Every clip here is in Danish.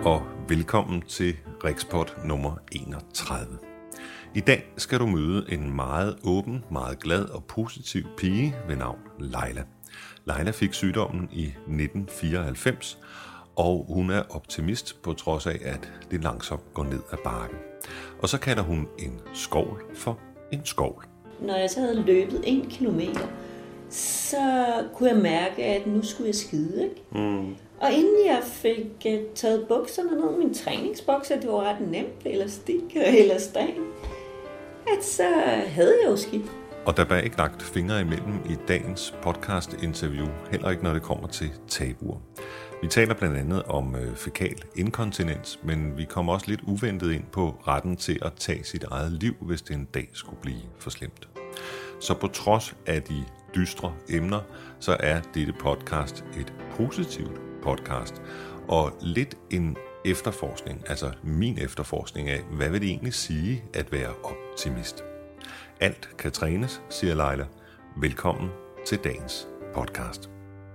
og velkommen til Rikspot nummer 31. I dag skal du møde en meget åben, meget glad og positiv pige ved navn Laila. Laila fik sygdommen i 1994, og hun er optimist på trods af, at det langsomt går ned ad bakken. Og så kalder hun en skovl for en skovl. Når jeg så havde løbet 1 kilometer, så kunne jeg mærke, at nu skulle jeg skide, ikke? Og inden jeg fik taget bukserne ned, mine træningsbukser, det var ret nemt, elastik og elastan, at så havde jeg jo skidt. Og der er ikke lagt fingre imellem i dagens podcast-interview, heller ikke når det kommer til tabuer. Vi taler blandt andet om fækal inkontinens, men vi kommer også lidt uventet ind på retten til at tage sit eget liv, hvis det en dag skulle blive for slemt. Så på trods af de dystre emner, så er dette podcast et positivt podcast, og lidt en efterforskning, altså min efterforskning af, hvad vil det egentlig sige at være optimist. Alt kan trænes, siger Laila. Velkommen til dagens podcast.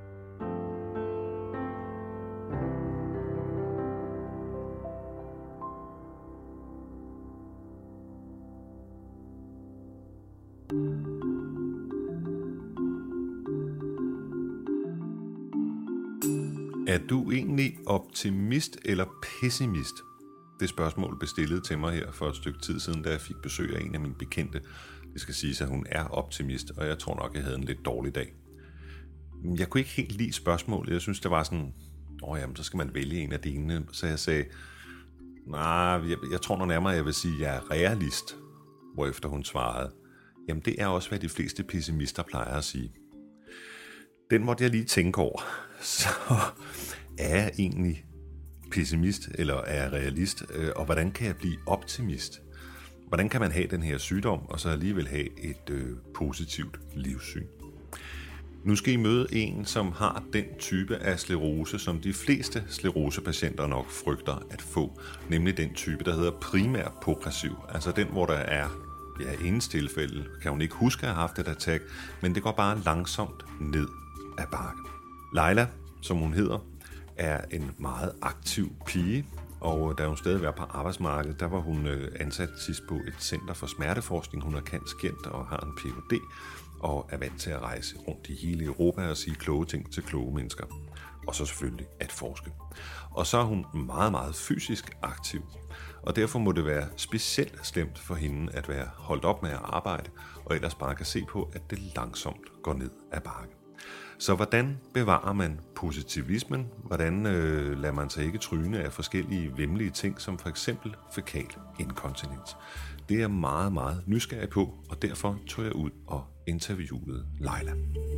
Er du egentlig optimist eller pessimist? Det spørgsmål blev stillet til mig her for et stykke tid siden, da jeg fik besøg af en af mine bekendte. Det skal siges, at hun er optimist, og jeg tror nok, jeg havde en lidt dårlig dag. Jeg kunne ikke helt lide spørgsmålet. Jeg synes, det var sådan, jamen, så skal man vælge en af dine. Så jeg sagde, jeg tror nok nærmere, jeg vil sige, at jeg er realist. Hvorefter hun svarede, jamen det er også, hvad de fleste pessimister plejer at sige. Den måtte jeg lige tænke over. Så er jeg egentlig pessimist, eller er jeg realist? Og hvordan kan jeg blive optimist? Hvordan kan man have den her sygdom, og så alligevel have et positivt livssyn? Nu skal I møde en, som har den type af sklerose, som de fleste sklerosepatienter nok frygter at få. Nemlig den type, der hedder primær progressiv. Altså den, hvor der er, i hendes tilfælde, kan hun ikke huske at have haft et attack, men det går bare langsomt ned ad bakken. Laila, som hun hedder, er en meget aktiv pige, og da hun stadig var på arbejdsmarkedet, der var hun ansat sidst på et center for smerteforskning. Hun er kendt og har en Ph.D. og er vant til at rejse rundt i hele Europa og sige kloge ting til kloge mennesker. Og så selvfølgelig at forske. Og så er hun meget, meget fysisk aktiv, og derfor må det være specielt slemt for hende at være holdt op med at arbejde, og ellers bare kan se på, at det langsomt går ned ad bakken. Så hvordan bevarer man positivismen? Hvordan lader man sig ikke tryne af forskellige væmmelige ting, som for eksempel fækal inkontinens? Det er jeg meget, meget nysgerrig på, og derfor tog jeg ud og interviewede Laila.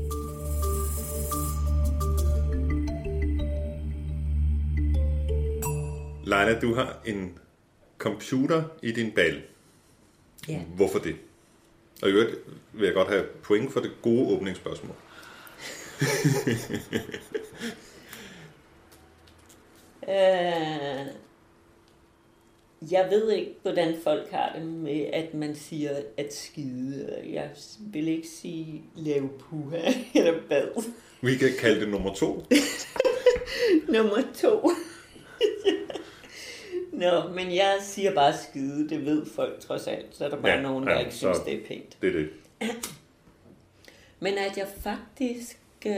Laila, du har en computer i din bal. Ja. Hvorfor det? Og i øvrigt vil jeg godt have point for det gode åbningsspørgsmål. Jeg ved ikke, hvordan folk har det med, at man siger at skide. Jeg vil ikke sige lave puha eller bad. Vi kan kalde det nummer 2. Nummer 2. Nå, men jeg siger bare skide. Det ved folk trods alt. Så er der bare nogen, der ikke synes, det er pænt. Det er det. Men at jeg faktisk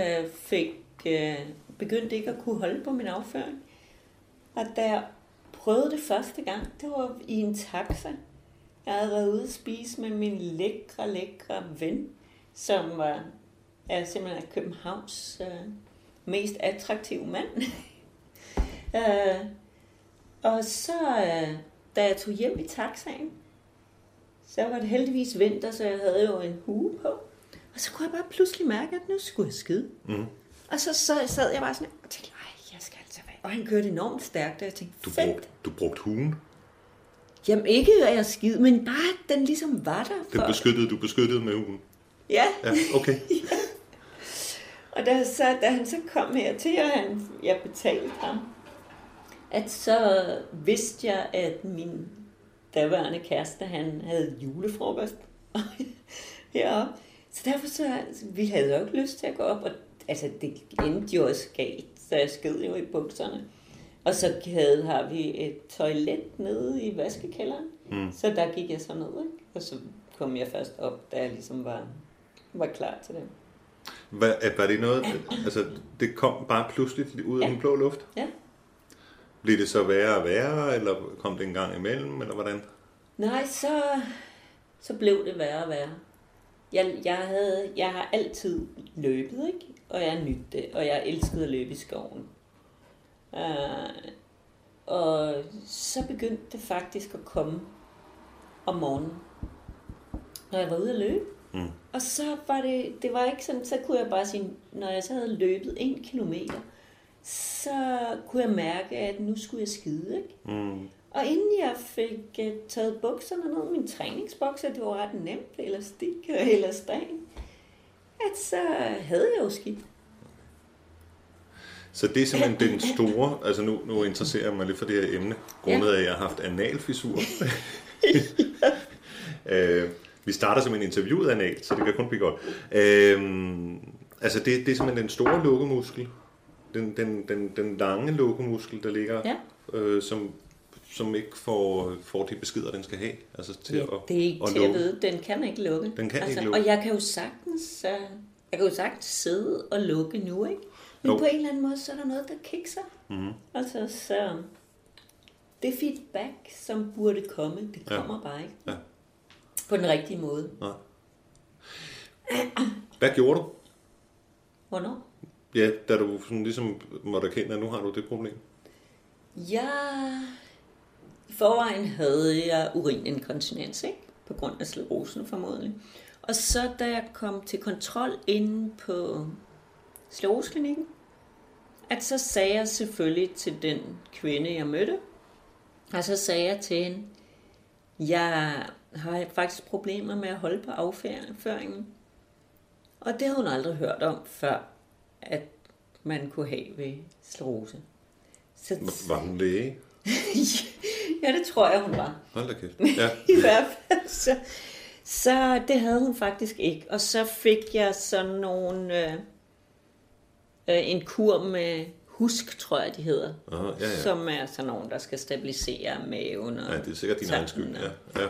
begyndte ikke at kunne holde på min afføring. Og da jeg prøvede det første gang, det var i en taxa. Jeg havde været ude at spise med min lækre ven, som er simpelthen Københavns mest attraktive mand. Og så, da jeg tog hjem i taxaen, så var det heldigvis vinter, så jeg havde jo en hue på. Og så kunne jeg bare pludselig mærke, at nu skulle jeg skide. Mm. Og så sad jeg bare sådan og tænkte, jeg skal altså være. Og han kørte enormt stærkt, og jeg tænkte, Du brugte huen? Jamen ikke, at jeg skide, men bare at den ligesom var der. Du beskyttede med huen? Ja. Ja, okay. Ja. Og da han så kom hertil, og jeg betalte ham, at så vidste jeg, at min daværende kæreste, han havde julefrokost heroppe. Så derfor vi havde jo ikke lyst til at gå op, og altså det endte jo også galt, så jeg sked jo i bukserne. Og så har vi et toilet nede i vaskekælderen. Så der gik jeg så ned, ikke? Og så kom jeg først op, da jeg ligesom var klar til det. Var det noget, altså det kom bare pludselig ud af den blå luft? Ja. Blev det så værre og værre, eller kom det en gang imellem, eller hvordan? Nej, så blev det værre og værre. Jeg har altid løbet, ikke? Og jeg nytte det, og jeg elskede at løbe i skoven. Og så begyndte det faktisk at komme om morgenen, når jeg var ude at løbe. Og så var det var ikke sådan, så kunne jeg bare sige, når jeg så havde løbet 1 kilometer, så kunne jeg mærke, at nu skulle jeg skide, ikke? Og inden jeg fik taget bukserne ned, mine træningsbukser, det var ret nemt, elastik og elastan, at så havde jeg jo skidt. Så det er simpelthen den store, altså nu interesserer jeg mig lidt for det her emne, grundet af, at jeg har haft analfissur. Vi starter som en interviewet anal, så det kan kun blive godt. Altså det er simpelthen den store lukkemuskel, den lange lukkemuskel, der ligger, som ikke får de beskeder, den skal have. Altså til det er ikke til at vide. Den kan ikke lukke. Den kan ikke lukke. Og jeg kan jo sagtens sidde og lukke nu, ikke? Men på en eller anden måde, så er der noget, der kikser. Altså, så det feedback, som burde komme, det kommer bare ikke. Ja. På den rigtige måde. Nej. Hvad gjorde du? Hvornår? Ja, da du sådan ligesom måtte erkende, at nu har du det problem. Ja, i forvejen havde jeg urininkontinens, ikke? På grund af sklerosen formodentlig. Og så da jeg kom til kontrol inde på skleroseklinikken, at så sagde jeg selvfølgelig til den kvinde, jeg mødte, og så sagde jeg til hende, jeg har faktisk problemer med at holde på afføringen. Og det havde hun aldrig hørt om, før at man kunne have ved sklerose. Så var hun læge? Ja, det tror jeg, hun var. Hold da kæft. Ja. I hvert fald. Så det havde hun faktisk ikke. Og så fik jeg sådan nogle en kur med husk, tror jeg, de hedder. Aha, ja. Som er sådan nogle, der skal stabilisere maven. Og det er sikkert din egen skyld. Ja.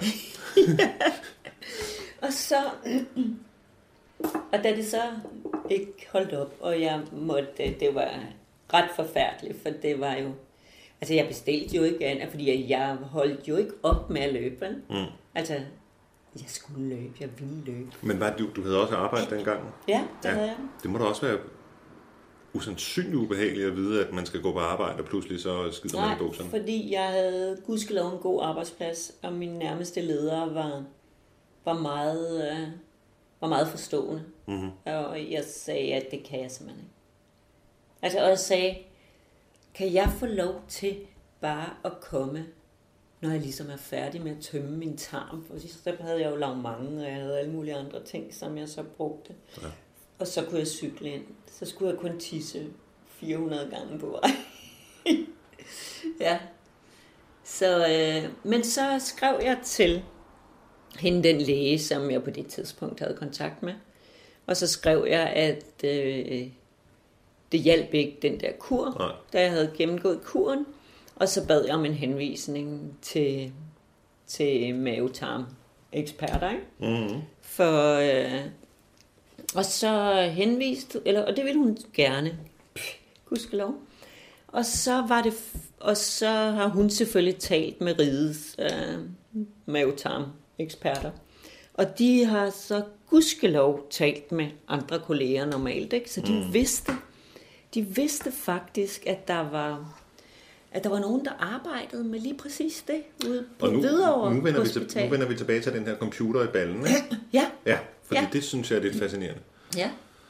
Og så... Og da det så ikke holdt op, og jeg måtte... Det var ret forfærdeligt, for det var jo... Altså, jeg bestilte jo ikke andet, fordi jeg holdt jo ikke op med at løbe. Altså, jeg skulle løbe, jeg ville løbe. Men hvad, du havde også arbejdet dengang? Ja, det havde jeg. Det må da også være usandsynligt ubehageligt at vide, at man skal gå på arbejde, og pludselig så skider man i bukserne. Fordi jeg havde gudskelov en god arbejdsplads, og mine nærmeste ledere var meget forstående. Og jeg sagde, at det kan jeg simpelthen ikke. Altså, og jeg sagde, kan jeg få lov til bare at komme, når jeg ligesom er færdig med at tømme min tarm? For så havde jeg jo lavet mange, og jeg havde alle mulige andre ting, som jeg så brugte. Ja. Og så kunne jeg cykle ind. Så skulle jeg kun tisse 400 gange på vej. Ja. Så, men så skrev jeg til hende, den læge, som jeg på det tidspunkt havde kontakt med. Og så skrev jeg, at det hjalp ikke den der kur, da jeg havde gennemgået kuren. Og så bad jeg om en henvisning til mavetarm-eksperter, ikke? For, og så henviste, og det ville hun gerne, gudskelov. Og så har hun selvfølgelig talt med rigets mavetarm-eksperter. Og de har så gudskelov talt med andre kolleger normalt, ikke? Så de vidste faktisk, at der var nogen, der arbejdede med lige præcis det ude på Hvidovre Hospital. Nu vender vi tilbage til den her computer i ballen, ikke? Ja. Fordi det synes jeg er lidt fascinerende. Ja.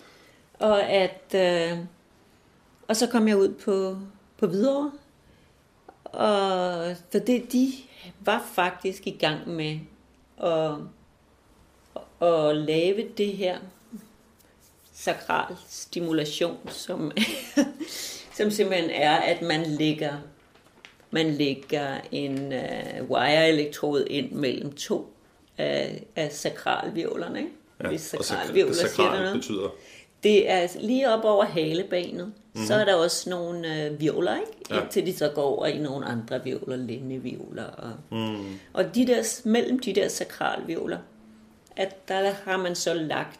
Og så kom jeg ud på Hvidovre. Og for de var faktisk i gang med at lave det her sakral stimulation, som simpelthen er, at man lægger en wire-elektrode ind mellem to af sakralvirvlerne, ikke? Ja, hvis sakralvirvler siger der noget. Betyder? Det er lige op over halebenet. Så er der også nogle violer, ikke? Indtil de så går over i nogle andre violer, lindevioler. Og de der, mellem de der sakralvioler, at der har man så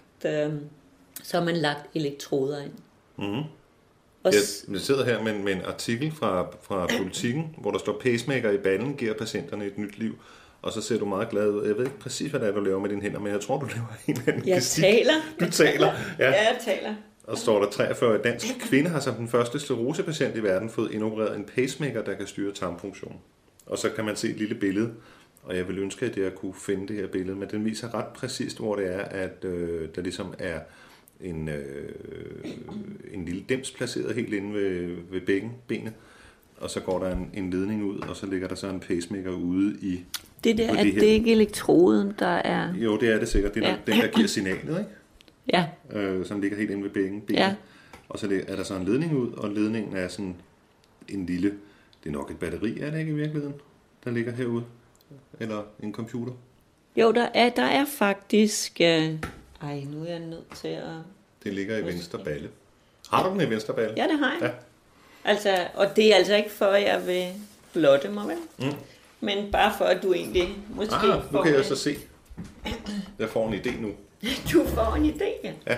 lagt elektroder ind. Jeg sidder her med en artikel fra Politiken, hvor der står: pacemaker i ballen giver patienterne et nyt liv. Og så ser du meget glad ud. Jeg ved ikke præcis, hvad det er, du laver med dine hænder, men jeg tror, du laver en eller anden gestik. Du taler. Ja, jeg taler. Og står der: 43 dansk kvinde har som den første sklerosepatient i verden fået indopereret en pacemaker, der kan styre tarmfunktion. Og så kan man se et lille billede, og jeg vil ønske, at jeg kunne finde det her billede, men den viser ret præcist, hvor det er, at der ligesom er en lille dims placeret helt inde ved benet, og så går der en ledning ud, og så ligger der så en pacemaker ude i... Det der, at det ikke elektroden, der er... Jo, det er det sikkert. Det er den, der giver signalet, ikke? Ja. Som ligger helt inde ved benet. Ja. Og så er der så en ledning ud, og ledningen er sådan en lille... Det er nok et batteri, er det ikke i virkeligheden, der ligger herude? Eller en computer? Jo, der er faktisk... nu er jeg nødt til at... Det ligger i venstre balle. Har du den i venstre balle? Ja, det har jeg. Ja. Altså, og det er altså ikke for, at jeg vil blotte mig, vel? Men bare for, at du egentlig måske får... Nu kan jeg så se. Jeg får en idé nu. Du får en idé, ja. Ja.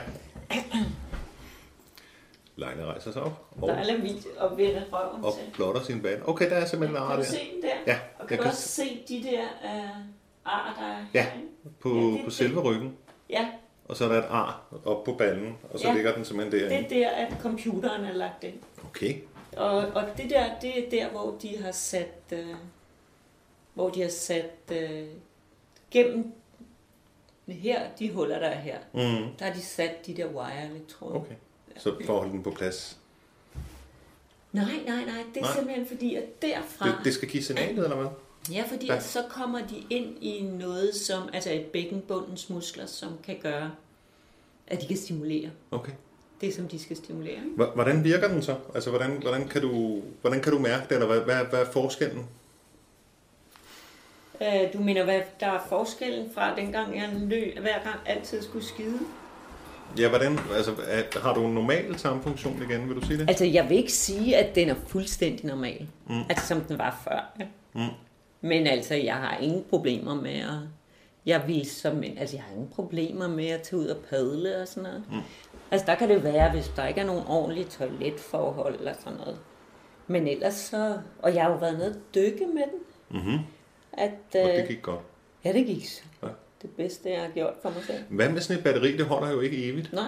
Leine rejser sig op. Der er vildt at vende røven og til. Og plotter sin bane. Okay, der er simpelthen ar der. Kan du se den der? Ja. Og kan du også se de der ar, der er herinde? På selve ryggen. Ja. Og så er der et ar op på ballen, og så ligger den simpelthen derinde. Det er der, at computeren er lagt ind. Okay. Og det der, det er der, hvor de har sat, gennem her, de huller, der er her, der har de sat de der wire-elektroder. Okay, så for at holde den på plads? Nej, det er simpelthen fordi, at derfra... Det skal give signalet, eller hvad? Ja, fordi at så kommer de ind i noget som, altså et bækkenbundens muskler, som kan gøre, at de kan stimulere. Okay. Det, som de skal stimulere. Hvordan virker den så? Altså, hvordan kan du mærke det, eller hvad er forskellen? Du mener, hvad der er forskellen fra dengang jeg hver gang altid skulle skide? Ja, hvordan, altså, har du en normal tarmfunktion igen, vil du sige det? Altså, jeg vil ikke sige, at den er fuldstændig normal. Altså, som den var før. Ja. Men altså, jeg har ingen problemer med at... Jeg har ingen problemer med at tage ud og padle og sådan noget. Altså, der kan det være, hvis der ikke er nogen ordentlige toiletforhold eller sådan noget. Men ellers så... Og jeg har jo været nede at dykke med den. Og det gik godt? Ja, det gik så. Ja. Det bedste, jeg har gjort for mig selv. Hvad med sådan et batteri? Det holder jo ikke evigt. Nej.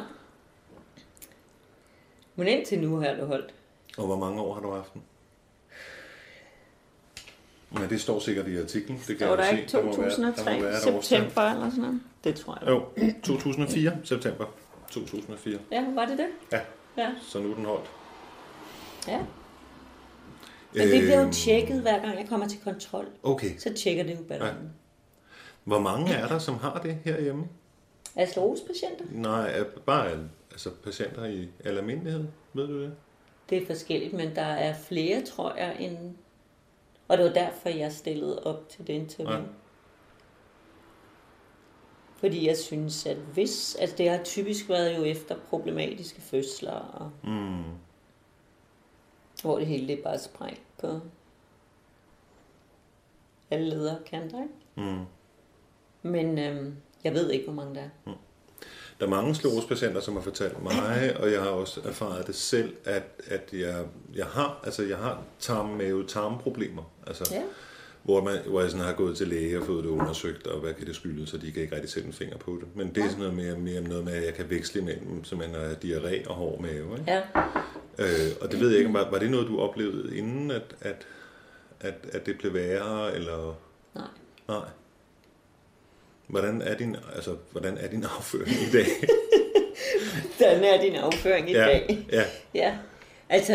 Men indtil nu har det holdt. Og hvor mange år har du haft den? Ja, det står sikkert i artiklen. Det kan står der ikke 2003 september eller sådan noget? Det tror jeg. Jo, 2004 september 2004. Ja, var det det? Ja. Så nu er den holdt. Ja. Men det bliver jo tjekket, hver gang jeg kommer til kontrol. Okay. Så tjekker det jo batterien. Ja. Hvor mange er der, som har det herhjemme? Er sklerosepatienter? Nej, bare altså patienter i almindelighed, ved du det? Det er forskelligt, men der er flere, tror jeg, end... Og det var derfor, jeg stillede op til det interview. Ja. Fordi jeg synes, at hvis... Altså, det har typisk været jo efter problematiske fødsler, og hvor det hele bare sprængt på alle ledere kanter, ikke? Men jeg ved ikke, hvor mange der er. Der er mange sklerosepatienter, som har fortalt mig, og jeg har også erfaret det selv, at jeg har tarmproblemer. Altså, hvor jeg sådan har gået til læge og fået det undersøgt, og hvad kan det skyldes, så de kan ikke rigtig sætte en finger på det. Men det er sådan mere noget med, at jeg kan veksle imellem, simpelthen når jeg har diarré og hård mave. Ikke? Ja. Og det ved jeg ikke, var det noget, du oplevede inden, at det blev værre, eller? Nej. Hvordan er din afføring i dag? Hvordan er din afføring i dag? Ja. Altså,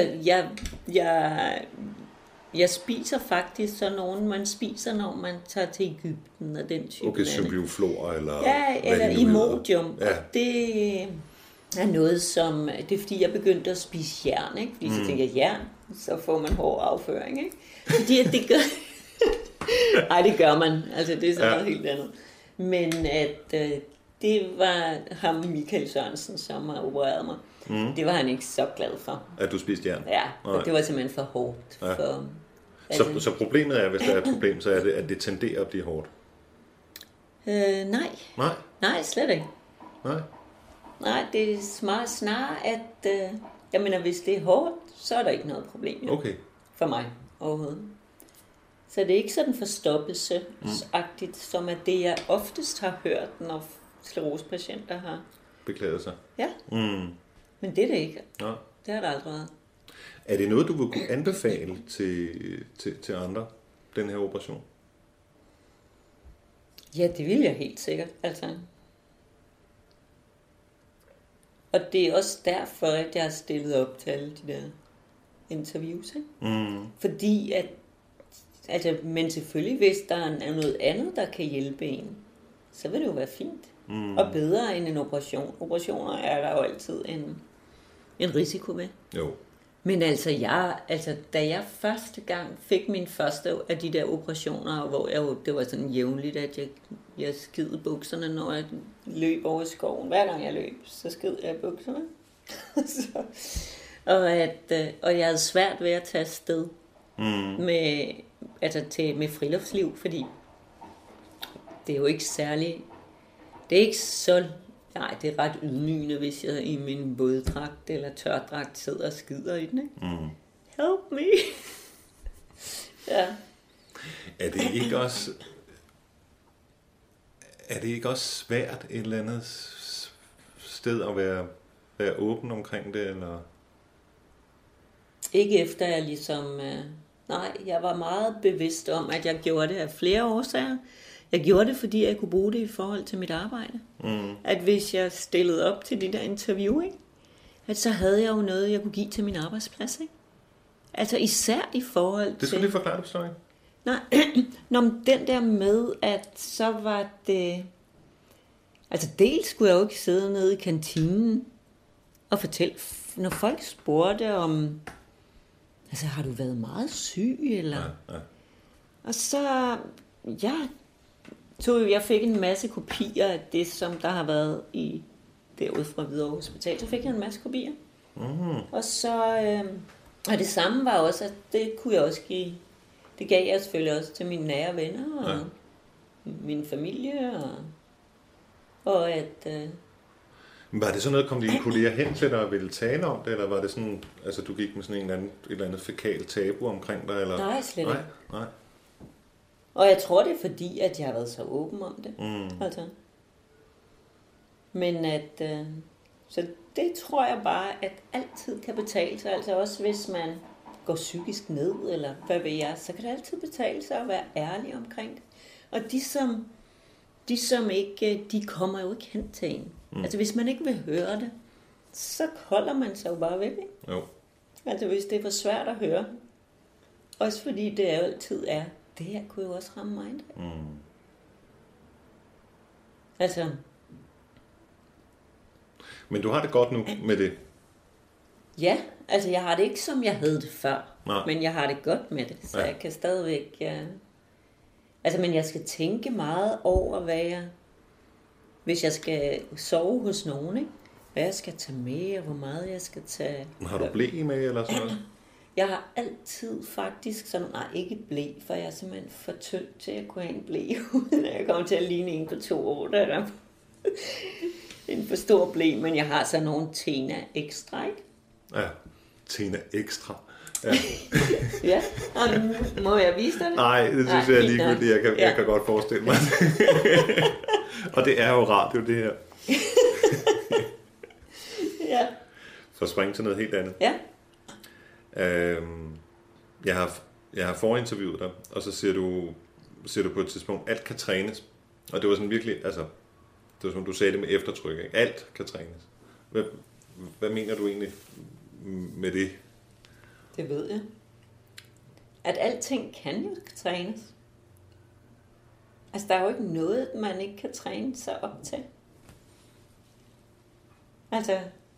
jeg spiser faktisk sådan nogen, man spiser, når man tager til Egypten og den type. Okay, symbioflor eller... Ja, eller Imodium. Ja. Og det er noget som... Det er fordi, jeg begyndte at spise jern, ikke? Fordi så tænker jeg, jern, så får man hård afføring, ikke? Fordi at det gør... Nej, det gør man. Altså, det er sådan noget helt andet. Men at det var ham, Michael Sørensen, som har opereret mig. Det var han ikke så glad for. At du spiste jern? Ja, og det var simpelthen for hårdt. Ja. For, altså... så problemet er, hvis der er et problem, så er det, at det tenderer at blive hårdt? Nej. Nej? Nej, slet ikke. Nej? Nej, det er snarere, at jeg mener, hvis det er hårdt, så er der ikke noget problem. Jo. Okay. For mig overhovedet. Så det er ikke sådan forstoppelsesagtigt, som er det, jeg oftest har hørt, når sklerosepatienter har beklaget sig. Ja, men det er det ikke. Ja. Det har der aldrig været. Er det noget, du vil kunne anbefale til andre, den her operation? Ja, det vil jeg helt sikkert. Altså. Og det er også derfor, at jeg har stillet op til alle de der interviews. Ikke? Fordi at, altså, men selvfølgelig, hvis der er noget andet, der kan hjælpe en, så vil det jo være fint. Og bedre end en operation. Operationer er der jo altid en risiko med. Jo. Men altså, da jeg første gang fik min første af de der operationer, hvor det var sådan jævnligt, at jeg skid bukserne, når jeg løb over skoven. Hver gang jeg løb, så skid jeg bukserne. Og jeg havde svært ved at tage afsted med friluftsliv, fordi det er jo ikke særlig... Det er ikke så... Nej, det er ret ydmygende, hvis jeg i min våddragt eller tørdragt sidder og skider i den, ikke? Help me! Ja. Er det ikke også svært et eller andet sted at være åben omkring det, eller? Ikke efter jeg ligesom... Nej, jeg var meget bevidst om, at jeg gjorde det af flere årsager. Jeg gjorde det, fordi jeg kunne bruge det i forhold til mit arbejde. At hvis jeg stillede op til det der interview, ikke? At så havde jeg jo noget, jeg kunne give til min arbejdsplads. Ikke? Altså især i forhold til... Det skal du lige forklare, det forstår jeg. Nej, men den der med, at så var det... Altså dels skulle jeg jo ikke sidde nede i kantinen og fortælle, når folk spurgte om... Altså, har du været meget syg, eller... Ja. Og så... Jeg fik en masse kopier af det, som der har været derude fra Hvidovre Hospital. Så fik jeg en masse kopier. Og så... og det samme var også, at det kunne jeg også give... Det gav jeg selvfølgelig også til mine nære venner og min familie. Og at... Var det sådan noget, kom dine kolleger hen til dig og ville tale om det, eller var det sådan, altså du gik med sådan et eller andet fækalt tabu omkring dig? Eller? Nej, slet ikke. Nej. Og jeg tror, det er fordi, at jeg har været så åben om det. Altså. Men at... så det tror jeg bare, at altid kan betale sig. Altså også hvis man går psykisk ned, eller hvad ved jeg, så kan det altid betale sig at være ærlig omkring det. Og de som ikke, de kommer jo ikke hen til en. Altså hvis man ikke vil høre det, så holder man sig jo bare væk. Ikke? Jo. Altså hvis det er for svært at høre. Også fordi det jo altid er, det her kunne jo også ramme mig. Altså. Men du har det godt nu med det? Ja, altså jeg har det ikke som jeg havde det før. Nej. Men jeg har det godt med det, så jeg kan stadigvæk... Altså, men jeg skal tænke meget over, hvis jeg skal sove hos nogen, ikke? Hvad jeg skal tage med, og hvor meget jeg skal tage... Har du ble med, eller sådan noget? Jeg har altid faktisk sådan... Nej, ikke ble, for jeg er simpelthen for tynd til at kunne have en ble, uden at jeg kommer til at ligne en på 2 år, der er en for stor ble, men jeg har så nogle Tena Extra, ikke? Ja, Tena Extra. Ja. Ja, må jeg vise dig det? Nej, det synes jeg er ligegyldigt. Jeg kan godt forestille mig det. Og det er jo radio, det her. Ja. For at springe til noget helt andet. Ja. Jeg har forinterviewet dig, og så siger du på et tidspunkt, alt kan trænes. Og det var sådan virkelig, altså, det var som du sagde det med eftertryk, ikke? Alt kan trænes. Hvad mener du egentlig med det? Det ved jeg. At alting kan jo trænes. Altså, der er jo ikke noget, man ikke kan træne sig op til. Altså,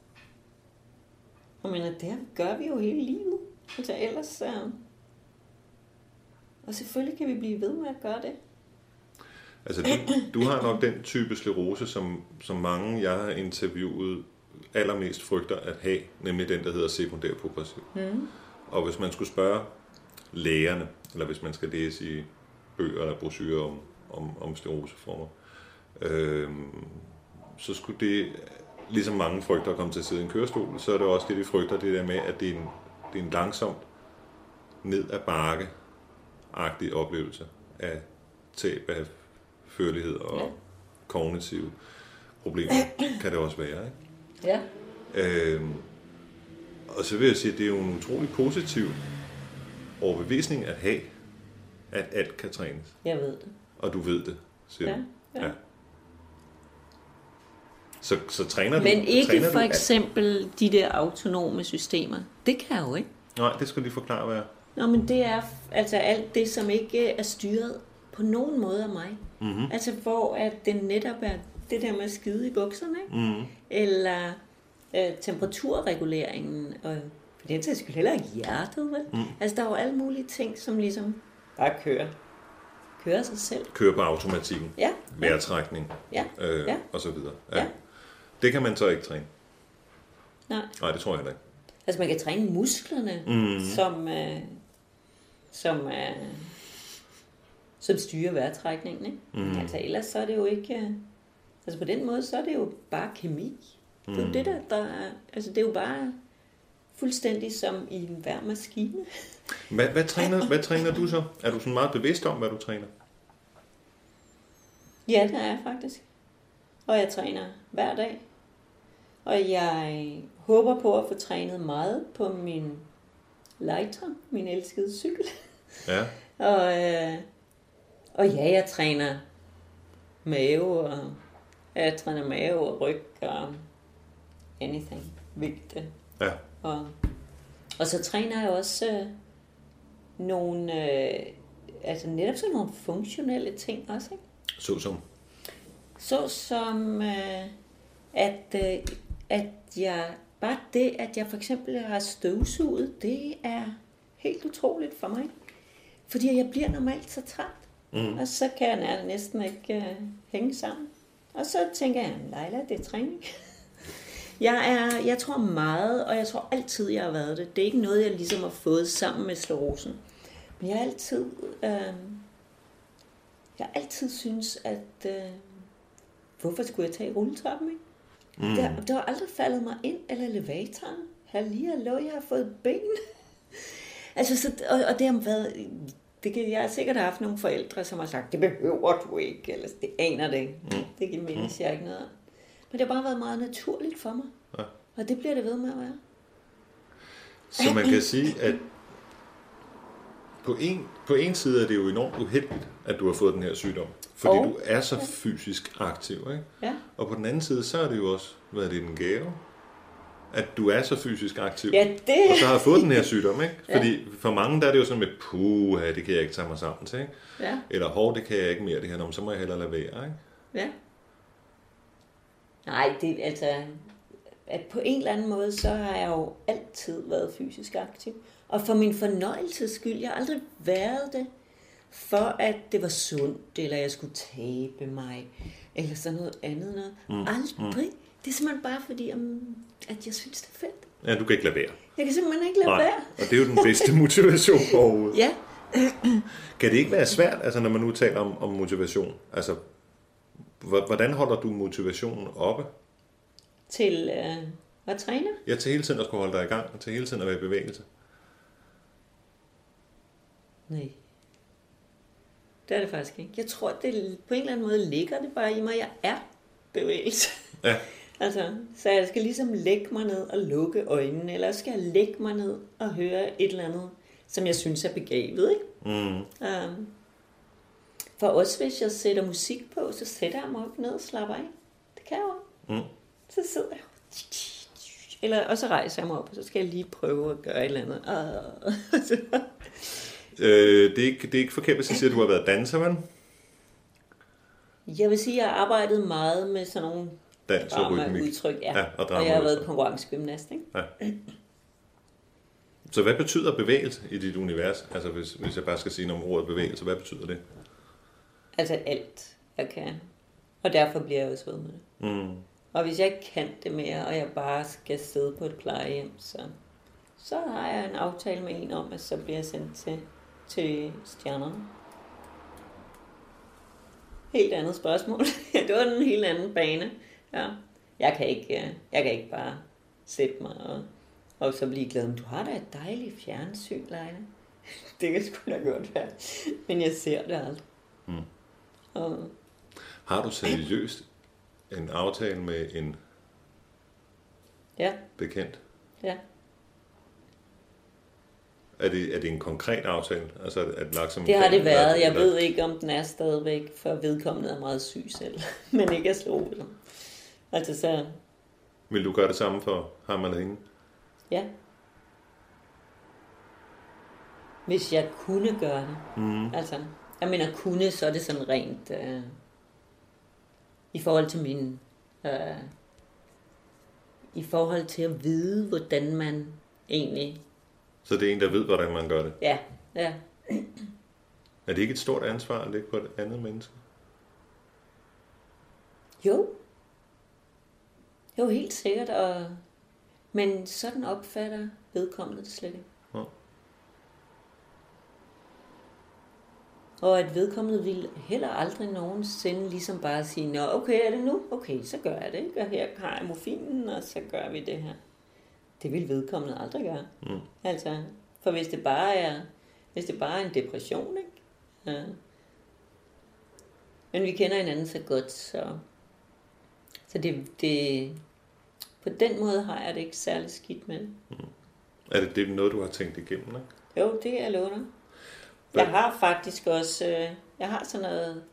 jeg mener, det gør vi jo hele livet. Altså, ellers... Og selvfølgelig kan vi blive ved med at gøre det. Altså, du har nok den type sklerose, som mange, jeg har interviewet, allermest frygter at have, nemlig den, der hedder sekundær progressiv. Og hvis man skulle spørge lægerne, eller hvis man skal læse i bøger eller brochurer om skleroseformer, så skulle det, ligesom mange frygter at komme til at sidde i en kørestol, så er det også det, de frygter, det der med, at det er en langsomt ned ad bakke-agtig oplevelse af tab af førlighed og kognitive problemer, kan det også være, ikke? Ja. Og så vil jeg sige, at det er jo en utrolig positiv overbevisning at have, at alt kan trænes. Jeg ved det. Og du ved det, siger du. Ja. Så træner du... Men ikke træner for du eksempel de der autonome systemer. Det kan jeg jo ikke. Nej, det skal du lige forklare, hvad er. Nå, men det er altså alt det, som ikke er styret på nogen måde af mig. Mm-hmm. Altså hvor at det netop er det der med at skide i bukserne, ikke? Mm-hmm. Eller temperaturreguleringen, og for den sags skyld heller ikke hjertet, vel? Mm. Altså der er jo alle mulige ting, som ligesom bare kører sig selv. Kører på automatikken. Ja. Vejrtrækning. Ja. Og så videre. Ja. Det kan man så ikke træne. Nej. Nej, det tror jeg heller ikke. Altså man kan træne musklerne, som styrer vejrtrækningen, ikke? Mm. Altså ellers så er det jo ikke... Altså på den måde, så er det jo bare kemi. Det er jo det, der er... Altså det er jo bare fuldstændig som i en hver maskine. Hvad træner du så? Er du sådan meget bevidst om, hvad du træner? Ja, det er jeg faktisk. Og jeg træner hver dag. Og jeg håber på at få trænet meget på min Leiter, min elskede cykel. Ja. Og ja, jeg træner mave og ryg og anything, vægte. Ja. Og så træner jeg også nogle, altså netop sådan nogle funktionelle ting også, ikke? Såsom at jeg, bare det, at jeg for eksempel har støvsuget, det er helt utroligt for mig. Fordi jeg bliver normalt så træt. Mm. Og så kan jeg næsten ikke hænge sammen. Og så tænker jeg, Leila, det er træning. Jeg tror meget, og jeg tror altid, jeg har været det. Det er ikke noget, jeg ligesom har fået sammen med sklerosen. Men jeg har altid synes, at hvorfor skulle jeg tage rulletrappen, ikke? Mm. Det har aldrig faldet mig ind, eller elevatoren. Hallo, jeg har fået ben. Altså, og det har været... Jeg har sikkert haft nogle forældre, som har sagt, det behøver du ikke, eller det aner det ikke. Det kan mindes jeg ikke noget om. Men det har bare været meget naturligt for mig. Ja. Og det bliver det ved med at være. Så man kan sige, at på en side er det jo enormt uheldigt, at du har fået den her sygdom. Fordi du er så fysisk aktiv, ikke? Ja. Og på den anden side, så er det jo også, hvad er det, en gave? At du er så fysisk aktiv, og så har fået den her sygdom, ikke? Fordi for mange, der er det jo sådan med, puha, det kan jeg ikke tage mig sammen til, ikke? Ja. Eller, det kan jeg ikke mere, det her, så må jeg hellere lade være, ikke? Ja. Nej, det er altså, at på en eller anden måde, så har jeg jo altid været fysisk aktiv. Og for min fornøjelses skyld, jeg har aldrig været det, for at det var sundt, eller jeg skulle tabe mig, eller sådan noget andet noget. Aldrig. Det er simpelthen bare fordi, at jeg synes, det er fedt. Ja, du kan ikke lade være. Jeg kan simpelthen ikke lade være. Og det er jo den bedste motivation overhovedet. Ja. Kan det ikke være svært, altså når man nu taler om motivation? Altså, hvordan holder du motivationen oppe? Til at træne? Ja, til hele tiden at skulle holde dig i gang, og til hele tiden at være i bevægelse. Nej. Det er det faktisk ikke. Jeg tror, det på en eller anden måde ligger det bare i mig. Jeg er bevægelse. Ja. Altså, så jeg skal ligesom lægge mig ned og lukke øjnene, eller skal jeg lægge mig ned og høre et eller andet, som jeg synes er begavet, ikke? Mm. For også hvis jeg sætter musik på, så sætter jeg mig op ned og slapper af. Det kan jeg jo. Mm. Så sidder jeg og så rejser jeg mig op, og så skal jeg lige prøve at gøre et eller andet. Det er ikke forkert, hvis jeg siger, at du har været danser, vel? Jeg vil sige, at jeg har arbejdet meget med sådan nogle dans og rytmik. Udtryk, og jeg har været konkurrencegymnast, ikke? Ja. Så hvad betyder bevægelse i dit univers? Altså hvis jeg bare skal sige noget om ordet bevægelse, hvad betyder det? Altså alt. jeg kan. Og derfor bliver jeg også ved med det. Mm. Og hvis jeg ikke kan det mere, og jeg bare skal sidde på et plejehjem, så har jeg en aftale med en om, at så bliver jeg sendt til stjernerne. Helt andet spørgsmål. Det var en helt anden bane. Ja. Jeg kan ikke bare sætte mig og så blive glad. Men du har da et dejligt fjernsyn, Leila. Det kan sgu da godt være. Men jeg ser det aldrig. Mm. Og Har du seriøst en aftale med en bekendt? Ja. Er det en konkret aftale? Altså er det lagt som Det har det været. Jeg ved ikke, om den er stadigvæk, for vedkommende er meget syg selv. Men ikke er slået. Altså så... Vil du gøre det samme for ham eller hende? Ja. Hvis jeg kunne gøre det. Mm. Altså, jeg mener kunne, så er det sådan rent... I forhold til min... I forhold til at vide, hvordan man egentlig... Så det er en, der ved, hvordan man gør det? Ja. Er det ikke et stort ansvar at lægge på et andet menneske? Jo, helt sikkert. Men sådan opfatter vedkommende det slet ikke. Ja. Og at vedkommende vil heller aldrig nogensinde ligesom bare sige, nå okay, er det nu? Okay, så gør jeg det, ikke? Og her har jeg morfinen, og så gør vi det her. Det vil vedkommende aldrig gøre. Mm. Altså, for hvis det bare er en depression, ikke? Ja. Men vi kender hinanden så godt, så det på den måde har jeg det ikke særlig skidt med. Mm. Er det noget, du har tænkt igennem, ikke? Jo, det er jeg lover. Jeg har faktisk også, jeg har sådan noget,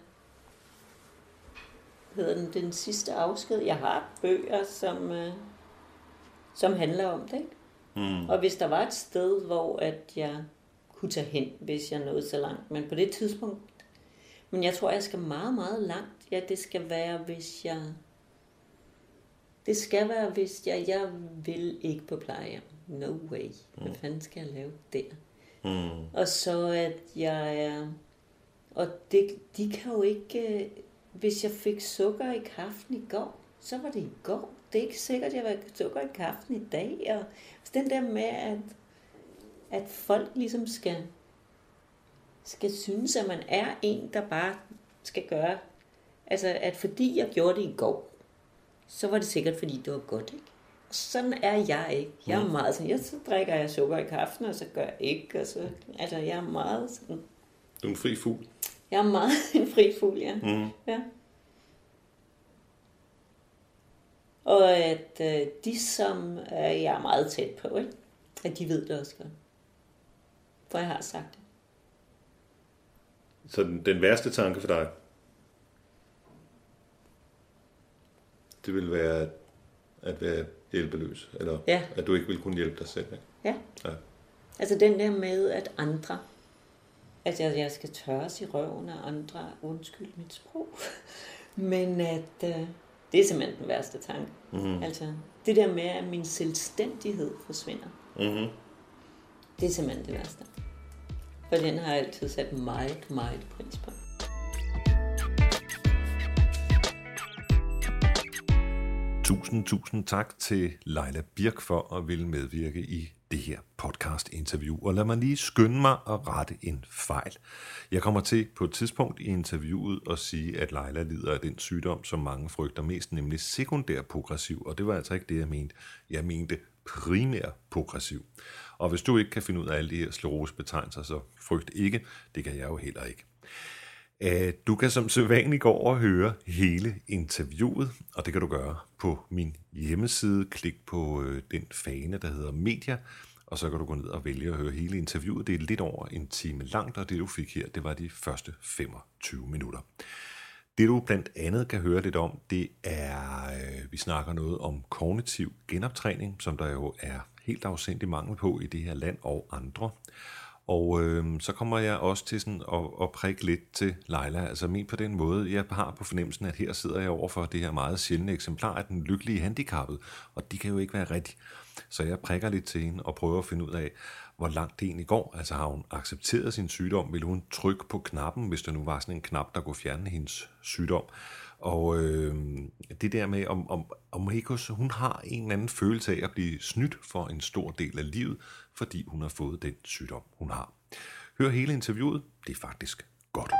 hedder den sidste afsked. Jeg har bøger, som handler om det, ikke? Mm. Og hvis der var et sted, hvor at jeg kunne tage hen, hvis jeg nåede så langt, men på det tidspunkt, men jeg tror, jeg skal meget, meget langt. Ja, det skal være, hvis jeg vil ikke på plejehjem. No way. Hvad fanden skal jeg lave der? Mm. Og så at jeg er... Og de kan jo ikke... Hvis jeg fik sukker i kaffen i går, så var det i går. Det er ikke sikkert, at jeg vil sukker i kaffen i dag. Og den der med, at folk ligesom skal synes, at man er en, der bare skal gøre... Altså, at fordi jeg gjorde det i går, så var det sikkert, fordi det var godt, ikke? Og sådan er jeg ikke. Jeg er meget sådan, så drikker jeg sukker i kaffen, og så gør jeg ikke. Og så, altså, jeg er meget sådan... Du er en fri fugl. Jeg er meget en fri fugl, ja. Mm. Ja. Og at de, som jeg er meget tæt på, ikke? At de ved det også godt. For jeg har sagt det. Så den værste tanke for dig, det vil være at være hjælpeløs, eller at du ikke vil kunne hjælpe dig selv, ikke? Ja. Altså den der med, at andre, at jeg skal tørres i røven af andre, undskyld mit sprog, men at det er simpelthen den værste tanke. Mm-hmm. Altså det der med, at min selvstændighed forsvinder, det er simpelthen det værste. For den har jeg altid sat meget, meget pris på. Tusind tak til Leila Birk for at ville medvirke i det her podcast-interview. Og lad mig lige skynde mig at rette en fejl. Jeg kommer til på et tidspunkt i interviewet at sige, at Leila lider af den sygdom, som mange frygter mest, nemlig sekundær progressiv. Og det var altså ikke det, jeg mente. Jeg mente primær progressiv. Og hvis du ikke kan finde ud af alle de her sklerosebetegnelser, så frygt ikke. Det kan jeg jo heller ikke. Du kan som sædvanligt gå over og høre hele interviewet, og det kan du gøre på min hjemmeside. Klik på den fane, der hedder Media, og så kan du gå ned og vælge at høre hele interviewet. Det er lidt over en time langt, og det du fik her, det var de første 25 minutter. Det du blandt andet kan høre lidt om, det er, vi snakker noget om kognitiv genoptræning, som der jo er helt afsindig mangel på i det her land og andre. Og så kommer jeg også til sådan at prikke lidt til Leila, altså men på den måde, jeg har på fornemmelsen, at her sidder jeg over for det her meget sjældne eksemplar af den lykkelige handicappede, og de kan jo ikke være rigtigt. Så jeg prikker lidt til hende og prøver at finde ud af, hvor langt det egentlig går. Altså har hun accepteret sin sygdom? Vil hun trykke på knappen, hvis der nu var sådan en knap, der kunne fjerne hendes sygdom? Og det der med, om Marcus, hun har en eller anden følelse af at blive snydt for en stor del af livet, fordi hun har fået den sygdom, hun har. Hør hele interviewet, det er faktisk godt.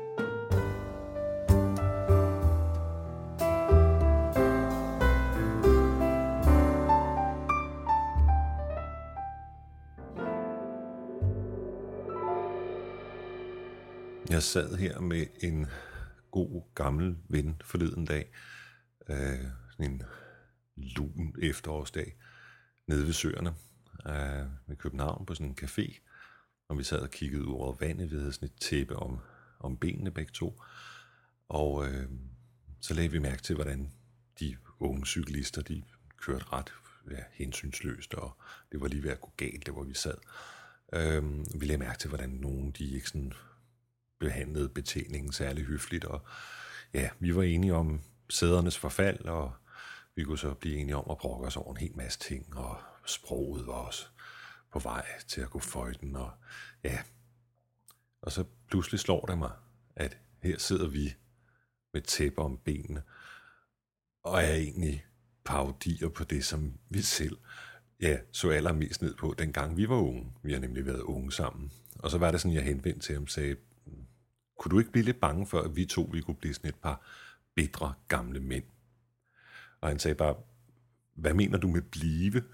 Jeg sad her med en god gammel ven forleden dag, sådan en lun efterårsdag, nede ved søerne ved København på sådan en café, og vi sad og kiggede ud over vandet. Vi havde sådan et tæppe om benene begge to, og så lagde vi mærke til, hvordan de unge cyklister, de kørte ret hensynsløst, og det var lige ved at gå galt, der hvor vi sad. Vi lagde mærke til, hvordan nogen, de ikke sådan behandlede betjeningen særlig høfligt, og ja, vi var enige om sædernes forfald, og vi kunne så blive enige om at brokke os over en hel masse ting, og sproget var også på vej til at gå føjten, og ja. Og så pludselig slår det mig, at her sidder vi med tæpper om benene, og er egentlig parodier på det, som vi selv så allermest ned på, dengang vi var unge. Vi har nemlig været unge sammen. Og så var det sådan, jeg henvendte til ham og sagde, kunne du ikke blive lidt bange for, at vi to vi kunne blive sådan et par bitre gamle mænd? Og han sagde bare, hvad mener du med blive?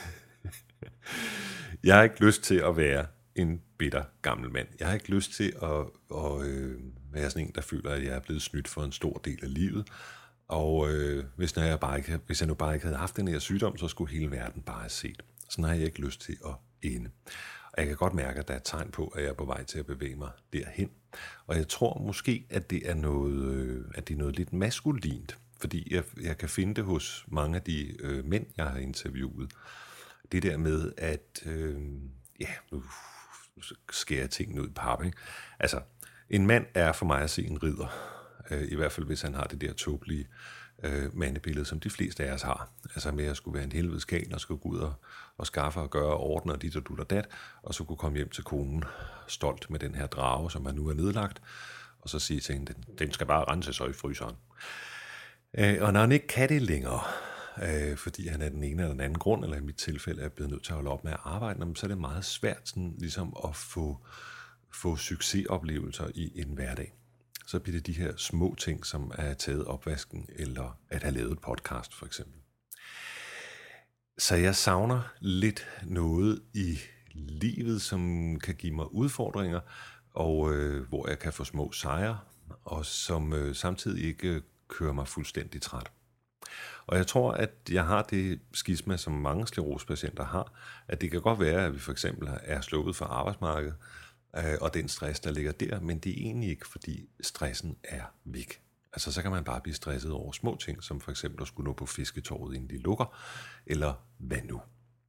Jeg har ikke lyst til at være en bitter gammel mand. Jeg har ikke lyst til at være sådan en, der føler, at jeg er blevet snydt for en stor del af livet. Og hvis jeg nu bare ikke havde haft den her sygdom, så skulle hele verden bare have set. Sådan har jeg ikke lyst til at ende. Og jeg kan godt mærke, at der er et tegn på, at jeg er på vej til at bevæge mig derhen. Og jeg tror måske, at det er noget lidt maskulint, fordi jeg kan finde det hos mange af de mænd, jeg har interviewet. Det der med, at nu skærer jeg tingene ud i pap, ikke? Altså, en mand er for mig at se en ridder. I hvert fald, hvis han har det der tåbelige mandebillede, som de fleste af os har. Altså med at skulle være en helvedeskal og skulle gå ud og skaffe og gøre og ordne og dit og dut og dat, og så kunne komme hjem til konen stolt med den her drage, som han nu er nedlagt, og så sige til hende, den skal bare rense sig i fryseren. Og når han ikke kan det længere, fordi han er den ene eller den anden grund, eller i mit tilfælde er blevet nødt til at holde op med at arbejde, så er det meget svært sådan, ligesom at få succesoplevelser i en hverdag. Så bliver det de her små ting, som er taget opvasken, eller at have lavet et podcast for eksempel. Så jeg savner lidt noget i livet, som kan give mig udfordringer, og hvor jeg kan få små sejre, og som samtidig ikke kører mig fuldstændig træt. Og jeg tror, at jeg har det skisma, som mange sklerosepatienter har, at det kan godt være, at vi for eksempel er sluppet fra arbejdsmarkedet, og den stress, der ligger der, men det er egentlig ikke, fordi stressen er væk. Altså, så kan man bare blive stresset over små ting, som for eksempel at skulle nå på fisketorvet, inden de lukker, eller hvad nu?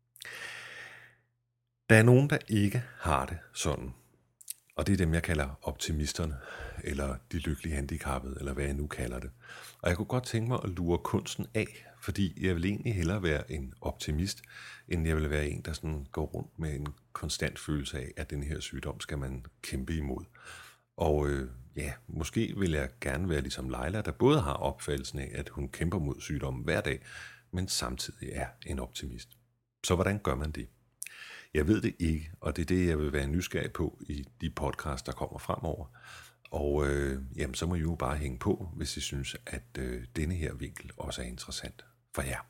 Der er nogen, der ikke har det sådan, og det er dem, jeg kalder optimisterne, eller de lykkelige handicappede, eller hvad jeg nu kalder det. Og jeg kunne godt tænke mig at lure kunsten af, fordi jeg vil egentlig hellere være en optimist, end jeg vil være en, der sådan går rundt med en konstant følelse af, at den her sygdom skal man kæmpe imod. Og måske vil jeg gerne være ligesom Leila, der både har opfattelsen af, at hun kæmper mod sygdommen hver dag, men samtidig er en optimist. Så hvordan gør man det? Jeg ved det ikke, og det er det, jeg vil være nysgerrig på i de podcasts, der kommer fremover. Og så må I jo bare hænge på, hvis I synes, at denne her vinkel også er interessant for jer.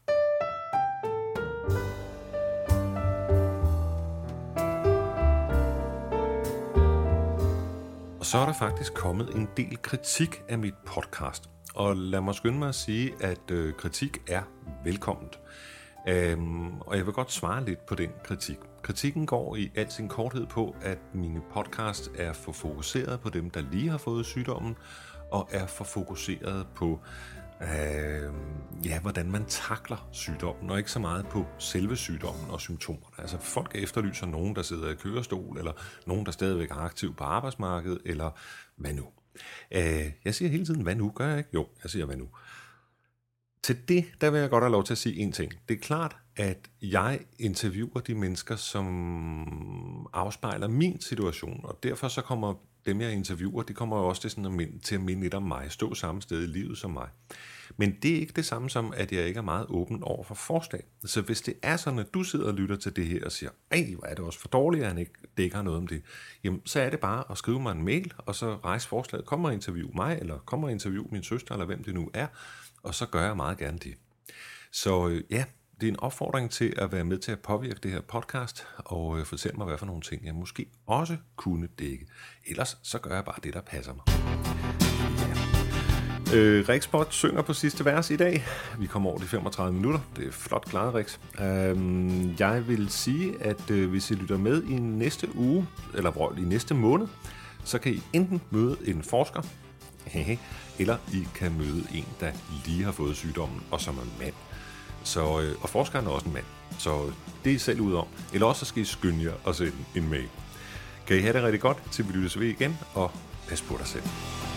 Og så er der faktisk kommet en del kritik af mit podcast. Og lad mig skynde mig at sige, at kritik er velkomment. Og jeg vil godt svare lidt på den kritik. Kritikken går i al sin korthed på, at mine podcast er for fokuseret på dem, der lige har fået sygdommen, og er for fokuseret på Hvordan man takler sygdommen, og ikke så meget på selve sygdommen og symptomerne. Altså folk efterlyser nogen, der sidder i kørestol, eller nogen, der stadigvæk er aktiv på arbejdsmarkedet, eller hvad nu? Jeg siger hele tiden, hvad nu? Gør jeg ikke? Jo, jeg siger, hvad nu? Til det, der vil jeg godt have lov til at sige en ting. Det er klart, at jeg interviewer de mennesker, som afspejler min situation, og derfor så kommer dem, jeg interviewer, de kommer jo også til at minde lidt om mig, stå samme sted i livet som mig. Men det er ikke det samme som, at jeg ikke er meget åben over for forslag. Så hvis det er sådan, at du sidder og lytter til det her og siger, hvor er det også for dårligt, at han ikke dækker noget om det, jamen så er det bare at skrive mig en mail, og så rejse forslaget, kom og interview mig, eller kom og interview min søster, eller hvem det nu er, og så gør jeg meget gerne det. Så det er en opfordring til at være med til at påvirke det her podcast, og fortælle mig, hvad for nogle ting jeg måske også kunne dække. Ellers så gør jeg bare det, der passer mig. Rikspot synger på sidste vers i dag. Vi kommer over de 35 minutter. Det er flot klaret, Riks. Jeg vil sige, at hvis I lytter med i næste uge, eller i næste måned, så kan I enten møde en forsker, eller I kan møde en, der lige har fået sygdommen, og som er mand. Og forskeren er også en mand. Så det er I selv ud om. Eller også skal I skynde jer og sende en mail. Kan I have det rigtig godt, til vi lyttes ved igen, og pas på dig selv.